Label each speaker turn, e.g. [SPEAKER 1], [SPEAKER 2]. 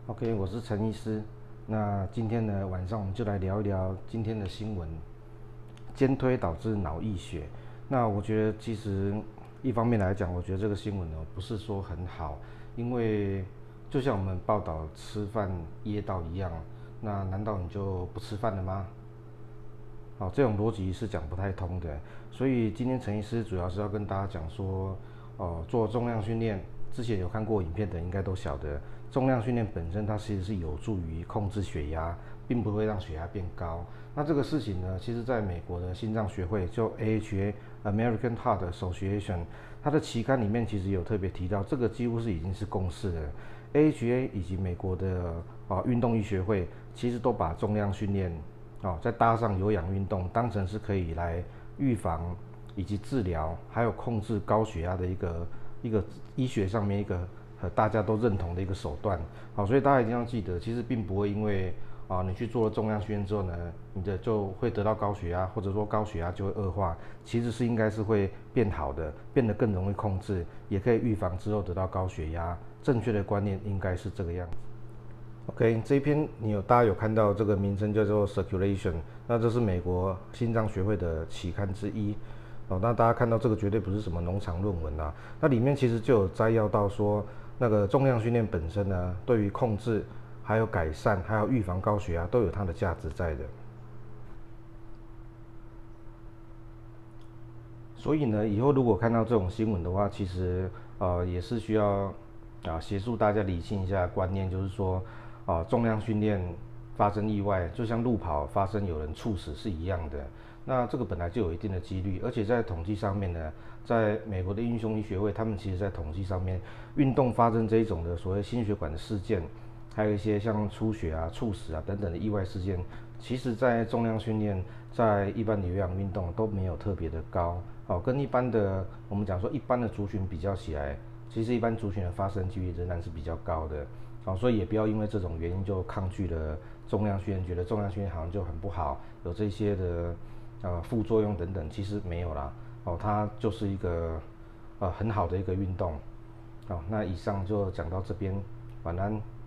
[SPEAKER 1] OK，我是陈医师。那今天呢，晚上我们就来聊一聊今天的新闻：肩推导致脑溢血。那我觉得其实一方面来讲，我觉得这个新闻呢不是说很好，因为就像我们报道吃饭噎到一样，那难道你就不吃饭了吗？这种逻辑是讲不太通的。所以今天陈医师主要是要跟大家讲说，做重量训练，之前有看过影片的应该都晓得，重量训练本身它其实是有助于控制血压，并不会让血压变高。那这个事情呢，其实在美国的心脏学会就 AHA American Heart Association， 它的期刊里面其实有特别提到，这个几乎是已经是共识了。AHA 以及美国的运动医学会其实都把重量训练再搭上有氧运动，当成是可以来预防以及治疗，还有控制高血压的一个医学上面一个大家都认同的一个手段。所以大家一定要记得，其实并不会因为你去做了重量训练之后呢，你就会得到高血压，或者说高血压就会恶化，其实是应该是会变好的，变得更容易控制，也可以预防之后得到高血压。正确的观念应该是这个样子。OK， 这一篇大家有看到这个名称叫做 Circulation， 那这是美国心脏学会的期刊之一。那大家看到这个绝对不是什么农场论文啊，那里面其实就有摘要到说，那个重量训练本身呢，对于控制、还有改善、还有预防高血压都有它的价值在的。所以呢，以后如果看到这种新闻的话，其实也是需要协助大家理清一下观念，就是说重量训练发生意外，就像路跑发生有人猝死是一样的。那这个本来就有一定的几率，而且在统计上面呢，在美国的运动医学会，他们其实在统计上面，运动发生这一种的所谓心血管的事件，还有一些像出血啊、猝死啊等等的意外事件，其实在重量训练、在一般的有氧运动都没有特别的高。跟一般的我们讲说一般的族群比较起来，其实一般族群的发生几率仍然是比较高的。所以也不要因为这种原因就抗拒了重量训练，觉得重量训练好像就很不好，有这些的副作用等等，其实没有啦。它就是一个很好的一个运动。那以上就讲到这边，晚安。